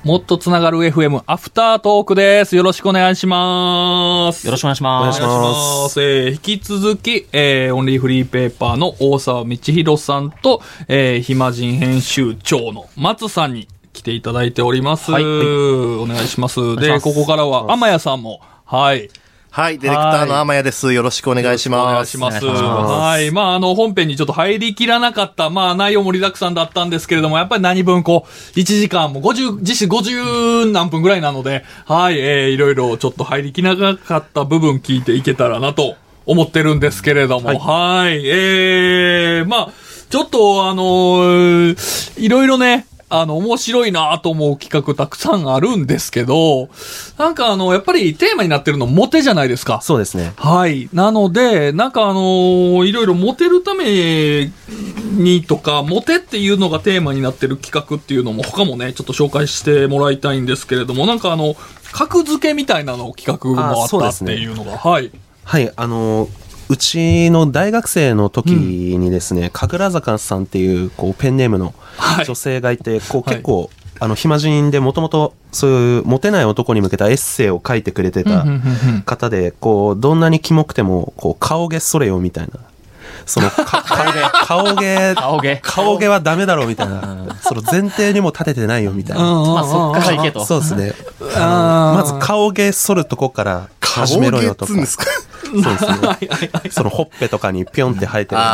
もっとつながる FM アフタートークです。よろしくお願いします。 よろしくお願いします。 お願いします。引き続き、オンリーフリーペーパーの大沢道弘さんと、暇人編集長の松さんに来ていただいております。はい、お願いします。で、ここからは天谷さんも、はい。 はい、ディレクターの天谷です。よろしくお願いします。お願いします。 はい。本編にちょっと入りきらなかった、内容盛りだくさんだったんですけれども、やっぱり何分1時間も実質50何分ぐらいなので、はい、いろいろちょっと入りきらなかった部分聞いていけたらなと思ってるんですけれども、はい。ちょっといろいろね、面白いなと思う企画たくさんあるんですけど、やっぱりテーマになってるのモテじゃないですか。 そうですね。 はい。なので、いろいろモテるためにとか、モテっていうのがテーマになってる企画っていうのも他もね、ちょっと紹介してもらいたいんですけれども、格付けみたいなの企画もあったっていうのが、はい。 はい、うちの大学生の時にですね、神楽坂さんっていう、ペンネームの女性がいて、結構、暇人でもともとそういうモテない男に向けたエッセイを書いてくれてた方で、どんなにキモくても、顔毛それよみたいな。その顔毛はダメだろうみたいな。その前提にも立ててないよみたいな。 そっからいけと。 そうですね。まず顔毛剃るとこから始めろよとか。そうですね。そのほっぺとかにピョンって生えてる。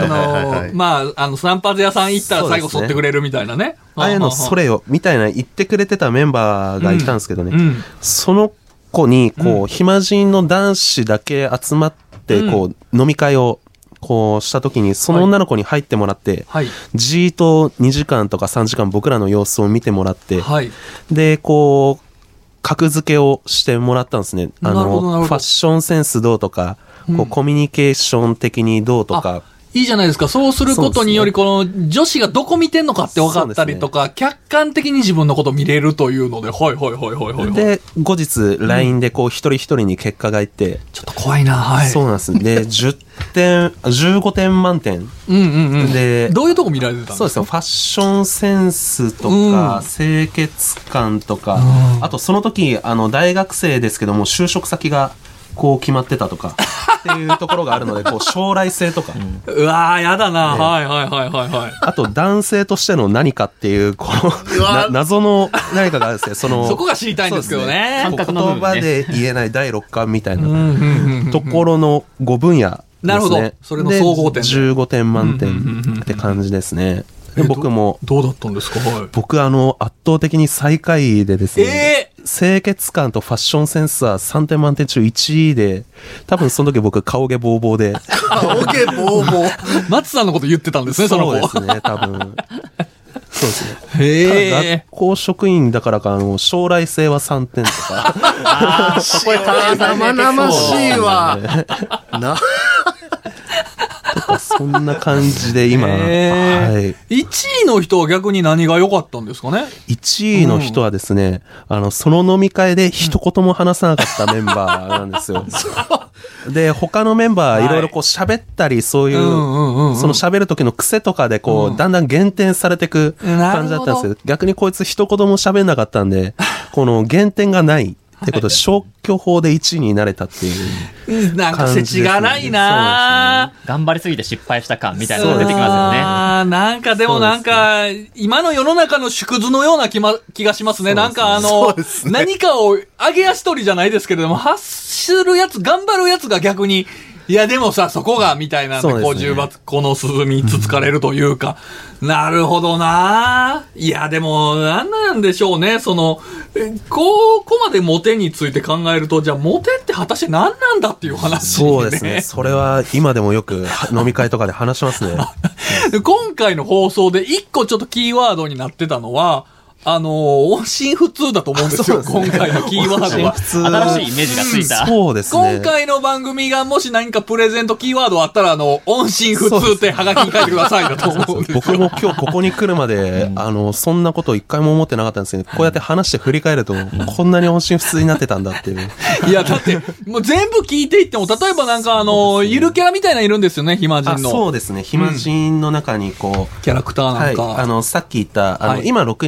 散髪屋さん行ったら最後剃ってくれるみたいなね。 ああいうのそれよみたいな言ってくれてたメンバーがいたんですけどね。その子に暇人の男子だけ集まって飲み会をした時にその女の子に入ってもらって、じーっと2時間とか3時間僕らの様子を見てもらって、で格付けをしてもらったんですね。ファッションセンスどうとか、コミュニケーション的にどうとか。 いいじゃないですか。そうすることにより、女子がどこ見てんのかって分かったりとか、客観的に自分のこと見れるというので、 で、後日、LINE で一人一人に結果がいって、 ちょっと怖いな、はい。 そうなんです。で、15点満点。 で、どういうとこ見られてたんですか？ そうですね。ファッションセンスとか、清潔感とか、あとその時、大学生ですけども、就職先が、決まってたとかっていうところがあるので将来性とか、 うわーやだな、はい。 あと男性としての何かっていう謎の何かがあるんですね。 そこが知りたいんですけどね。 言葉で言えない第6巻みたいなところの5分野ですね。 なるほど。それの総合点で 15点満点って感じですね。僕もどうだったんですか？ 僕圧倒的に最下位でですね、清潔感とファッションセンスは3点満点中1位で、多分その時僕顔毛ボーボーで顔毛ボーボー松さんのこと言ってたんですね。 そうですね、多分そうですね。 学校職員だからか将来性は3点とかこれ生々しいわなとかそんな感じで今、1 位の人は逆に何が良かったんですかね。 1位の人はですね、その飲み会で一言も話さなかったメンバーなんですよ。で他のメンバーいろいろ喋ったり、そういうその喋る時の癖とかでだんだん減点されていく感じだったんですけど、逆にこいつ一言も喋んなかったんで減点がないってことで消去法で1位になれたっていうなんか世知がないな、 頑張りすぎて失敗した感みたいなのが出てきますよね。 なんかでも今の世の中の縮図のような気がしますね。何かかを上げ足取りじゃないですけれども、発するやつ頑張るやつが逆にいやでもさそこがみたいな、重罰この鈴につつかれるというか、なるほどな。いやでもなんでしょうね、ここまでモテについて考えると、じゃあモテって果たして何なんだっていう話、 そうですね。それは今でもよく飲み会とかで話しますね。 今回の放送で一個ちょっとキーワードになってたのは、音信不通だと思うんですよ、今回のキーワードは。 新しいイメージがついた。 そうですね。 今回の番組がもし何かプレゼントキーワードあったら、音信不通ってハガキに書いてくださいだと思うんですよ。 僕も今日ここに来るまで、そんなこと一回も思ってなかったんですけど、こうやって話して振り返ると、こんなに音信不通になってたんだっていう。 いや、だって、もう全部聞いていっても、例えばゆるキャラみたいなのいるんですよね、暇人の。 そうですね。暇人の中にキャラクターなんか。 さっき言った、今6人なんです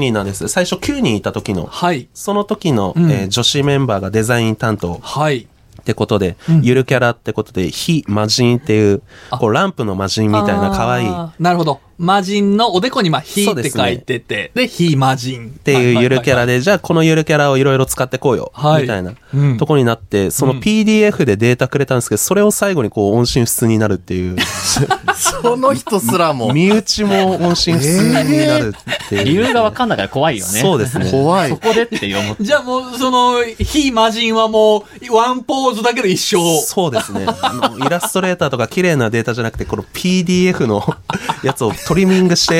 ですね。最初9人いた時の、 はい。 その時の、女子メンバーがデザイン担当。 はい。 ってことで、ゆるキャラってことで、非魔人っていう、こう、ランプの魔人みたいな可愛い。 なるほど。魔人のおでこに非って書いてて、で、非魔人。 っていうゆるキャラで、じゃあこのゆるキャラをいろいろ使ってこうよ。みたいなとこになって、その PDF でデータくれたんですけど、それを最後にこう、音信不通になるっていう。 その人すらも。 身内も音信不通になるっていう。 理由がわかんないから怖いよね。 そうですね。 怖い。 そこでって思って。 じゃあもう、その、非魔人はもう、ワンポーズだけで一生。 そうですね。イラストレーターとか綺麗なデータじゃなくて、この PDF のやつをトリミングして、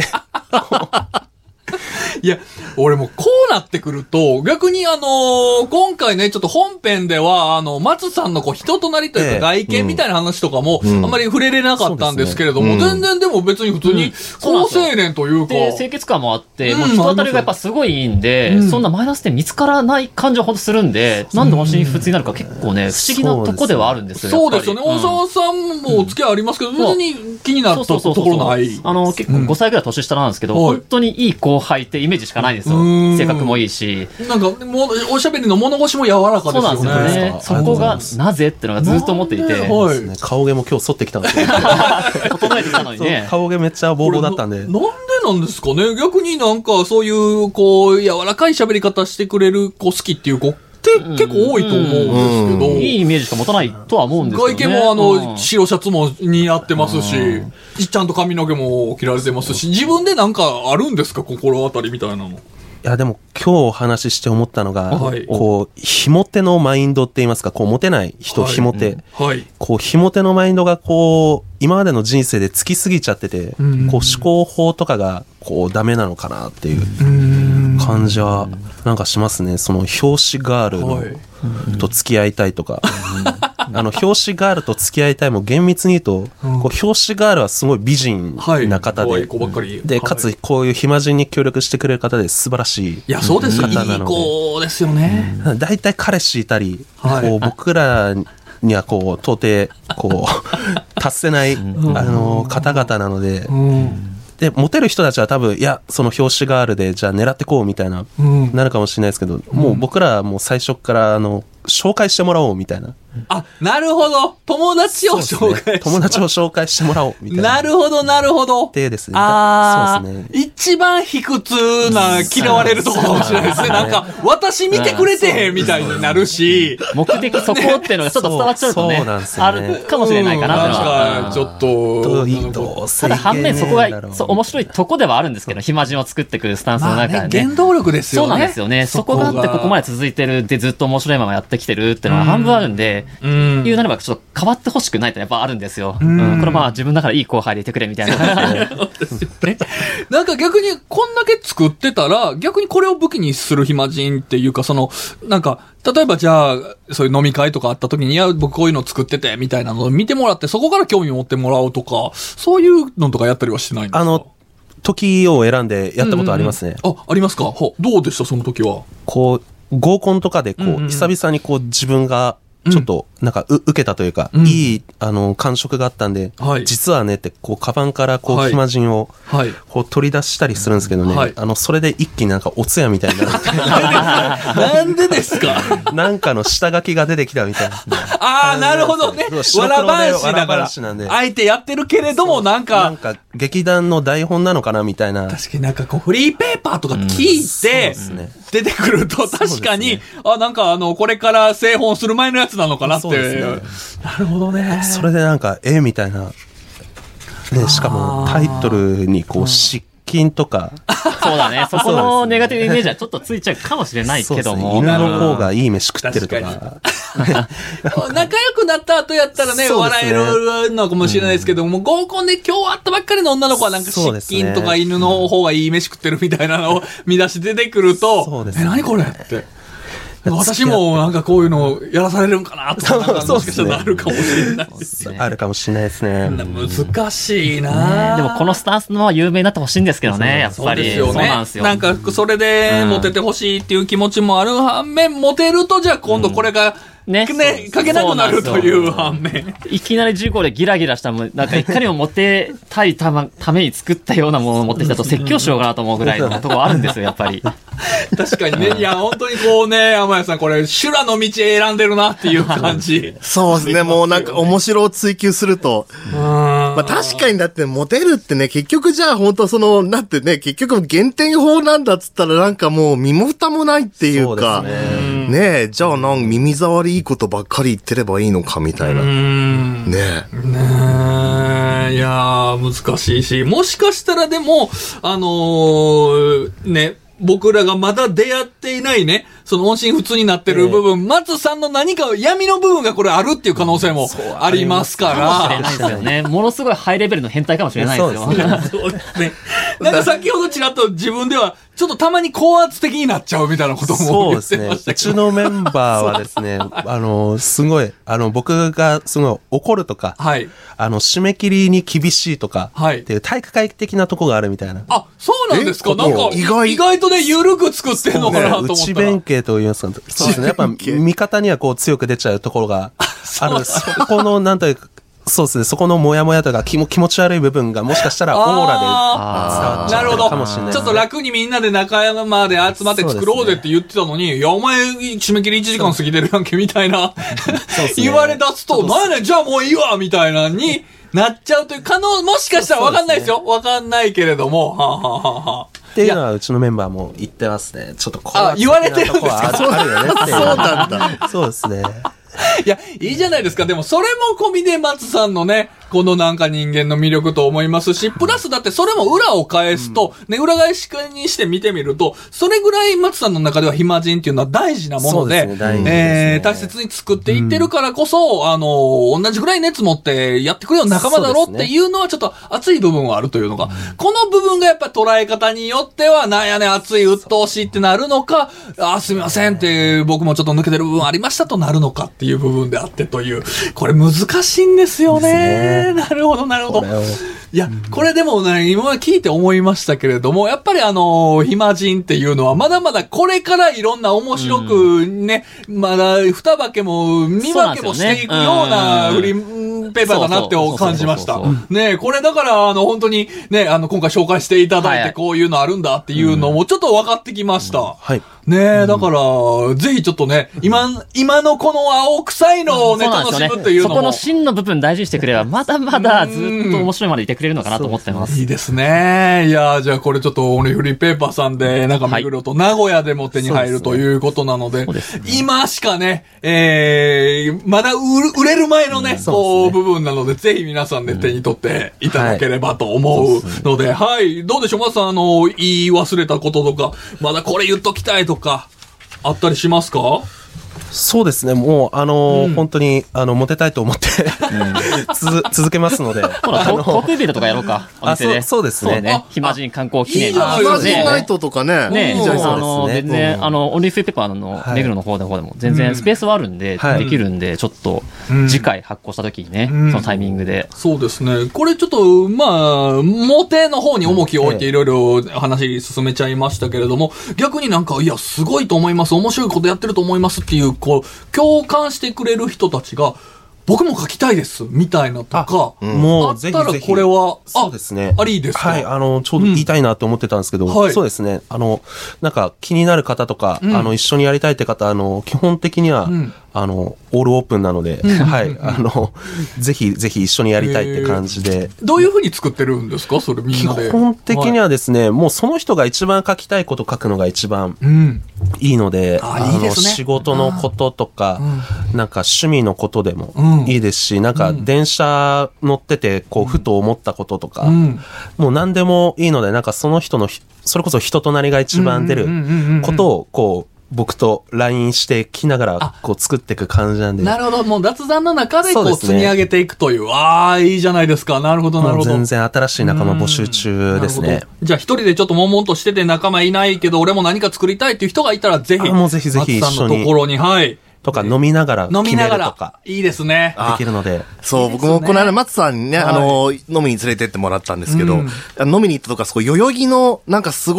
いや、俺もこうなってくると、逆に今回ね、ちょっと本編では、松さんのこう人となりというか外見みたいな話とかも、あんまり触れれなかったんですけれども、全然でも別に普通に高青年というか。 で、清潔感もあって、もう人当たりがやっぱすごいいいんで、そんなマイナス点見つからない感じはほんとするんで、なんで音信不通になるか結構ね、不思議なとこではあるんですよ。 そうですよね。大沢さんもお付き合いありますけど、別に気になるところない。 結構5歳ぐらい年下なんですけど、本当にいい後輩ってイメージしかないんですよ。性格もいいし。 なんか、おしゃべりの物腰も柔らかですよね。 そうなんですよね。そこがなぜってのがずっと思っていて。 顔毛も今日剃ってきたんですよ。 整えてきたのにね。 顔毛めっちゃボーボーだったんで。 なんでなんですかね。逆になんかそういう、こう、柔らかい喋り方してくれる子好きっていう子って結構多いと思うんですけど。 いいイメージしか持たないとは思うんですけどね。 外見も白シャツも似合ってますし、ちゃんと髪の毛も切られてますし、自分でなんかあるんですか、心当たりみたいなの。 いや、でも今日お話しして思ったのが、こう、ひも手のマインドって言いますか、こう、モテない人、ひも手。こう、ひも手のマインドがこう、今までの人生でつきすぎちゃってて、こう、思考法とかが、こう、ダメなのかなっていう感じは、なんかしますね。その、表紙ガールの、と付き合いたいとか。表紙ガールと付き合いたいも厳密に言うと、こう表紙ガールはすごい美人な方で、で、かつこういう暇人に協力してくれる方で素晴らしい。 いや、そうですよ。いい子ですよね。 だいたい彼氏いたり、こう僕らにはこう、到底、こう、達せない、方々なので、で、モテる人たちは多分、いや、その表紙ガールで、じゃあ狙ってこうみたいな、なるかもしれないですけど、もう僕らはもう最初から、紹介してもらおうみたいな。 あ、なるほど。友達を紹介、 友達を紹介してもらおうみたいな。 なるほど、なるほど。 でですね。 そうですね。一番卑屈な嫌われるところかもしれないですね。なんか、私見てくれてへんみたいになるし。 目的そこっていうのがちょっと伝わっちゃうとね。 そうなんですよ。 あるかもしれないかなってのは。 ちょっと。 ただ反面そこが面白いとこではあるんですけど、暇人を作ってくるスタンスの中でね。 原動力ですよね。 そうなんですよね。そこがあってここまで続いてるでずっと面白いままやってきてるっていうのは半分あるんで、言うなればちょっと変わってほしくないってやっぱあるんですよ。これまあ自分だからいい後輩でいてくれみたいな。 なんか逆にこんだけ作ってたら、逆にこれを武器にする暇人っていうか、なんか、例えばじゃあ、そういう飲み会とかあった時に、いや、僕こういうの作ってて、みたいなのを見てもらって、そこから興味を持ってもらうとか、そういうのとかやったりはしてないんですか？ 時を選んでやったことありますね。 ありますか？どうでしたその時は。 こう、合コンとかで、こう、久々にこう、自分が、ちょっと、なんか、受けたというか、いい、感触があったんで、実はねって、こう、カバンから、こう、暇人を、こう、取り出したりするんですけどね、それで一気になんか、おつやみたいになる。 なんでですか？ なんかの下書きが出てきたみたいな。 なるほどね。わらばんしだから、相手やってるけれども、なんか、 劇団の台本なのかなみたいな。 確かになんかこう、フリーペーパーとか聞いて、出てくると、確かに、なんかこれから製本する前のやつなのかなって。なるほどね。 それでなんか、みたいな。ね、しかもタイトルにこう、失禁とか。 そうだね。そこのネガティブイメージはちょっとついちゃうかもしれないけども。 犬の方がいい飯食ってるとか。 仲良くなった後やったらね、笑えるのかもしれないですけども、合コンで今日会ったばっかりの女の子はなんか失禁とか犬の方がいい飯食ってるみたいなのを見出し出てくると、何これって。私もなんかこういうのをやらされるんかなとか、もしかしたらあるかもしれないですね。 あるかもしれないですね。 難しいな。 でもこのスタンスのまま有名になってほしいんですけどね、やっぱり。そうなんですよ。 なんかそれでモテてほしいっていう気持ちもある反面、モテるとじゃあ今度これがね。 書けなくなるという反面。 いきなり15でギラギラしたもん、なんかいかにもモテたいために作ったようなものを持ってきたと説教しようかなと思うぐらいのところあるんですよ、やっぱり。 確かにね。いや、本当にこうね、天谷さん、これ、修羅の道選んでるなっていう感じ。 そうですね。もうなんか面白を追求すると。まあ確かにだってモテるってね、結局じゃあ本当だってね、結局減点法なんだっつったらなんかもう身も蓋もないっていうか、ねえ、じゃあ耳障りいいことばっかり言ってればいいのかみたいな。ねえ。いやー、難しいし、もしかしたらでも、ね、僕らがまだ出会っていないね、その音信不通になってる部分、松さんの何か闇の部分がこれあるっていう可能性もありますから。 かもしれないですよね。ものすごいハイレベルの変態かもしれないですよ。 そうですね。なんか先ほどちらっと自分では、ちょっとたまに高圧的になっちゃうみたいなことも言ってましたけど。 うちのメンバーはですね、すごい、僕がすごい怒るとか、はい、締め切りに厳しいとか、はい、っていう体育会的なとこがあるみたいな。 あ、そうなんですか。なんか、意外とね、緩く作ってるのかなと思ったら。 内弁慶と言いますか。そうですね。やっぱ、味方にはこう強く出ちゃうところがあるんです。そこの、なんというか、そうですね。そこのモヤモヤとか気持ち悪い部分がもしかしたらオーラで伝わっちゃうかもしれない、ね。 ちょっと楽にみんなで仲間で集まって作ろうぜって言ってたのに、いや、お前締め切り1時間過ぎてるやんけみたいな、言われ出すと、なんやねん、じゃあもういいわみたいなになっちゃうというもしかしたらわかんないですよ。わかんないけれども、 っていうのはうちのメンバーも言ってますね。ちょっと言われてるんですか？ あるよねっていう。 そうなんだ。 そうですね。 いや、いいじゃないですか。でも、それも込みで松さんのね、このなんか人間の魅力と思いますし、プラスだってそれも裏を返すと、ね、裏返しにして見てみると、それぐらい松さんの中では暇人っていうのは大事なもので、大切に作っていってるからこそ、同じぐらい熱持ってやってくれよ仲間だろっていうのはちょっと熱い部分はあるというのが、この部分がやっぱ捉え方によっては、なんやねん熱い鬱陶しいってなるのか、すみませんって僕もちょっと抜けてる部分ありましたとなるのかっていう部分であってという、これ難しいんですよね。なるほど、なるほど。いや、これでもね、今聞いて思いましたけれども、やっぱり暇人っていうのはまだまだこれからいろんな面白くね、まだ二化けも三化けもしていくようなフリーペーパーだなって感じました。ね、これだから本当にね、今回紹介していただいてこういうのあるんだっていうのもちょっと分かってきました。はい。ねえ、だから、ぜひちょっとね、今のこの青臭いのをね、楽しむっていうのも。 そこの芯の部分大事にしてくれば、まだまだずっと面白いまでいてくれるのかなと思ってます。 いいですね。いや、じゃあこれちょっとオニフリーペーパーさんで、なんか目黒と名古屋でも手に入るということなので、今しかね、まだ売れる前のね、こう、部分なので、ぜひ皆さんで手に取っていただければと思うので、はい。どうでしょう、松さん、言い忘れたこととか、まだこれ言っときたいとか、あったりしますか？ そうですね。もう、本当に、モテたいと思って続けますので。 ほら、トークイベントとかやろうか。お店で。 そうですね。 暇人観光記念。 暇人ナイトとかね。 ね、全然、オンリーフリーペーパーの目黒の方でも、全然スペースはあるんで、できるんで、ちょっと、次回発行した時にね、そのタイミングで。 そうですね。これちょっと、まあ、モテの方に重きを置いていろいろ話進めちゃいましたけれども、逆になんか、いや、すごいと思います。面白いことやってると思いますっていう、こう、共感してくれる人たちが、僕も書きたいです、みたいなとか、 もうぜひぜひ。あったらこれは、 そうですね。 ありですか？ はい、ちょうど言いたいなと思ってたんですけど、そうですね。なんか気になる方とか、一緒にやりたいって方、基本的には、オールオープンなので、はい、ぜひぜひ一緒にやりたいって感じで。 どういうふうに作ってるんですか？それみんなで。 基本的にはですね、もうその人が一番書きたいこと書くのが一番いいので、仕事のこととか、なんか趣味のことでもいいですし、なんか電車乗ってて、こう、ふと思ったこととか、もう何でもいいので、なんかその人の、それこそ人となりが一番出ることを、こう、僕と LINE してきながらこう作っていく感じなんで。 なるほど。もう雑談の中でこう積み上げていくという。ああ、いいじゃないですか。なるほど、なるほど。 全然新しい仲間募集中ですね。 じゃあ一人でちょっと悶々としてて仲間いないけど、俺も何か作りたいっていう人がいたらぜひ。 もうぜひぜひ一緒に。 松さんのところに、はい。 とか飲みながら決めるとか。 いいですね。 できるので。 そう、僕もこの間松さんにね、飲みに連れてってもらったんですけど、飲みに行ったとか、代々木の、なんかすごい、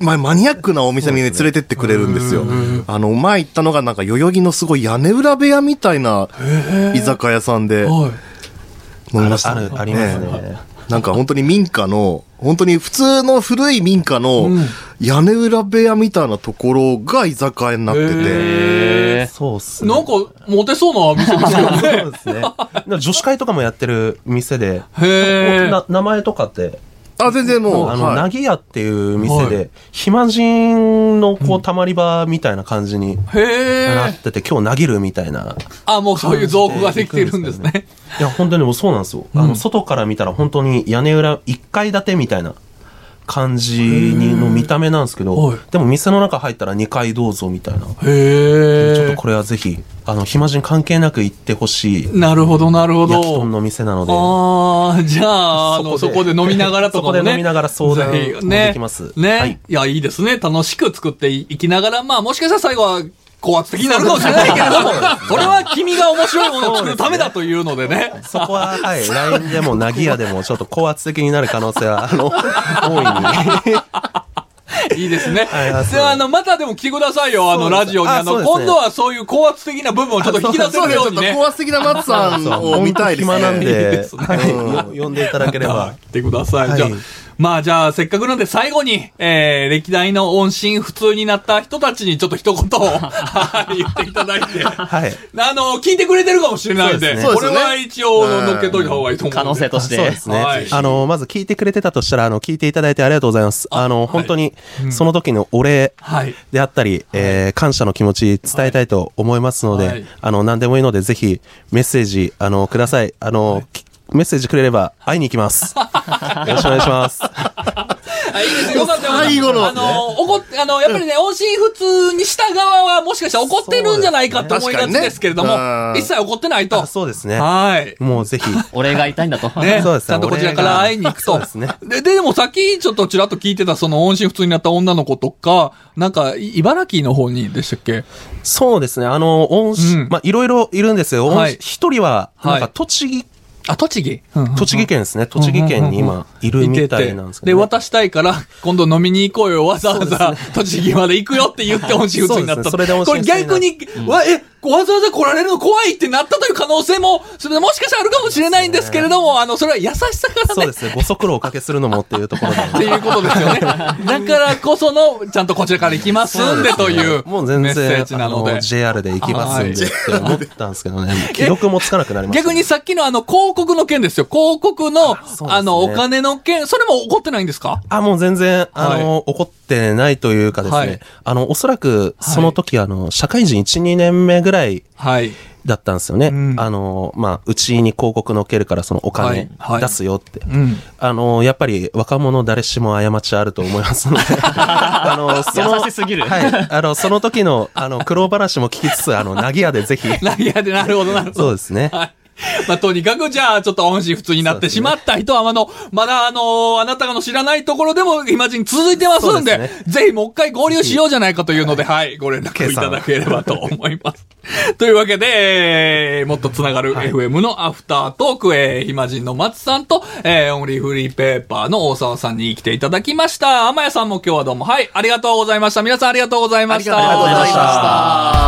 マニアックなお店にね、連れてってくれるんですよ。前行ったのがなんか代々木のすごい屋根裏部屋みたいな居酒屋さんで飲みました。 ありますね。 なんか本当に民家の、本当に普通の古い民家の屋根裏部屋みたいなところが居酒屋になってて。 そうっすね。 なんか、モテそうな店ですよね。 そうですね。女子会とかもやってる店で、名前とかって、 全然もう、 なぎ屋っていう店で、暇人のこう、たまり場みたいな感じになってて、今日なぎるみたいな。 もうそういう造語ができてるんですね。 いや、本当にもうそうなんですよ。外から見たら本当に屋根裏1階建てみたいな感じの見た目なんですけど、でも店の中入ったら2階どうぞみたいな。ちょっとこれはぜひ、暇人関係なく行ってほしい。 なるほど、なるほど。 焼き豚の店なので。 じゃあ、そこで飲みながらとかもね。 そこで飲みながら相談もできます。 ね。はい、いや、いいですね。楽しく作っていきながら、もしかしたら最後は、高圧的になるかもしれないけれども、それは君が面白いものを作るためだというのでね。 そこは、はい、LINE でも、なぎ屋でも、ちょっと高圧的になる可能性は、大いに。 いいですね。またでも来てくださいよ、ラジオに。今度はそういう高圧的な部分をちょっと引き出せるようにね。 高圧的な松さんを見たいですね。 暇なんで、呼んでいただければ。 来てください。じゃあ、せっかくなんで最後に、歴代の音信不通になった人たちにちょっと一言を言っていただいて、はい。聞いてくれてるかもしれないんで、これは一応乗っけといた方がいいと思う。 可能性として。 そうですね。まず聞いてくれてたとしたら、聞いていただいてありがとうございます。本当に、その時のお礼であったり、感謝の気持ち伝えたいと思いますので、何でもいいので、ぜひメッセージ、ください。メッセージくれれば会いに行きます。よろしくお願いします。 いいですよ。よかったよ。 最後の。 やっぱりね、音信不通にした側はもしかしたら怒ってるんじゃないかと思いがちですけれども、一切怒ってないと。 そうですね。 はい。 もうぜひ。 お礼が言いたいんだと。 ね。そうですね。ちゃんとこちらから会いに行くと。そうですね。でもさっきちょっとちらっと聞いてたその音信不通になった女の子とか、なんか、茨城の方にでしたっけ？ そうですね。いろいろいるんですよ。一人は、なんか栃木栃木栃木県ですね。栃木県に今いるみたいなんですけど、 で、渡したいから、今度飲みに行こうよ。わざわざ栃木まで行くよって言って音信不通になった。 それで音信不通になった。 これ逆に、わざわざ来られるの怖いってなったという可能性も、それでもしかしたらあるかもしれないんですけれども、それは優しさからね。 そうですね。ご足労おかけするのもっていうところで。 っていうことですよね。だからこその、ちゃんとこちらから行きますんでというもう全然メッセージなので。 JR で行きますんでって思ったんですけどね。記録もつかなくなりました。 逆にさっきの広告の件ですよ。広告の、お金の件、それも怒ってないんですか？ もう全然、怒ってないというかですね。おそらく、その時、社会人1、2年目ぐらい、だったんですよね。うちに広告乗っけるからそのお金出すよって。やっぱり若者誰しも過ちあると思いますので。 優しすぎる。 はい。その時の、苦労話も聞きつつ、なぎ屋でぜひ。 なぎ屋で、なるほど、なるほど。 そうですね。はい。 とにかくじゃあちょっと音信不通になってしまった人はまだあなたが知らないところでもイマジン続いてますんで、ぜひもう一回合流しようじゃないかというので、はい、ご連絡いただければと思います。というわけで、もっとつながる FM のアフタートーク、イマジンの松さんと、オンリーフリーペーパーの大沢さんに来ていただきました。天谷さんも今日はどうも、はい、ありがとうございました。皆さんありがとうございました。 ありがとうございました。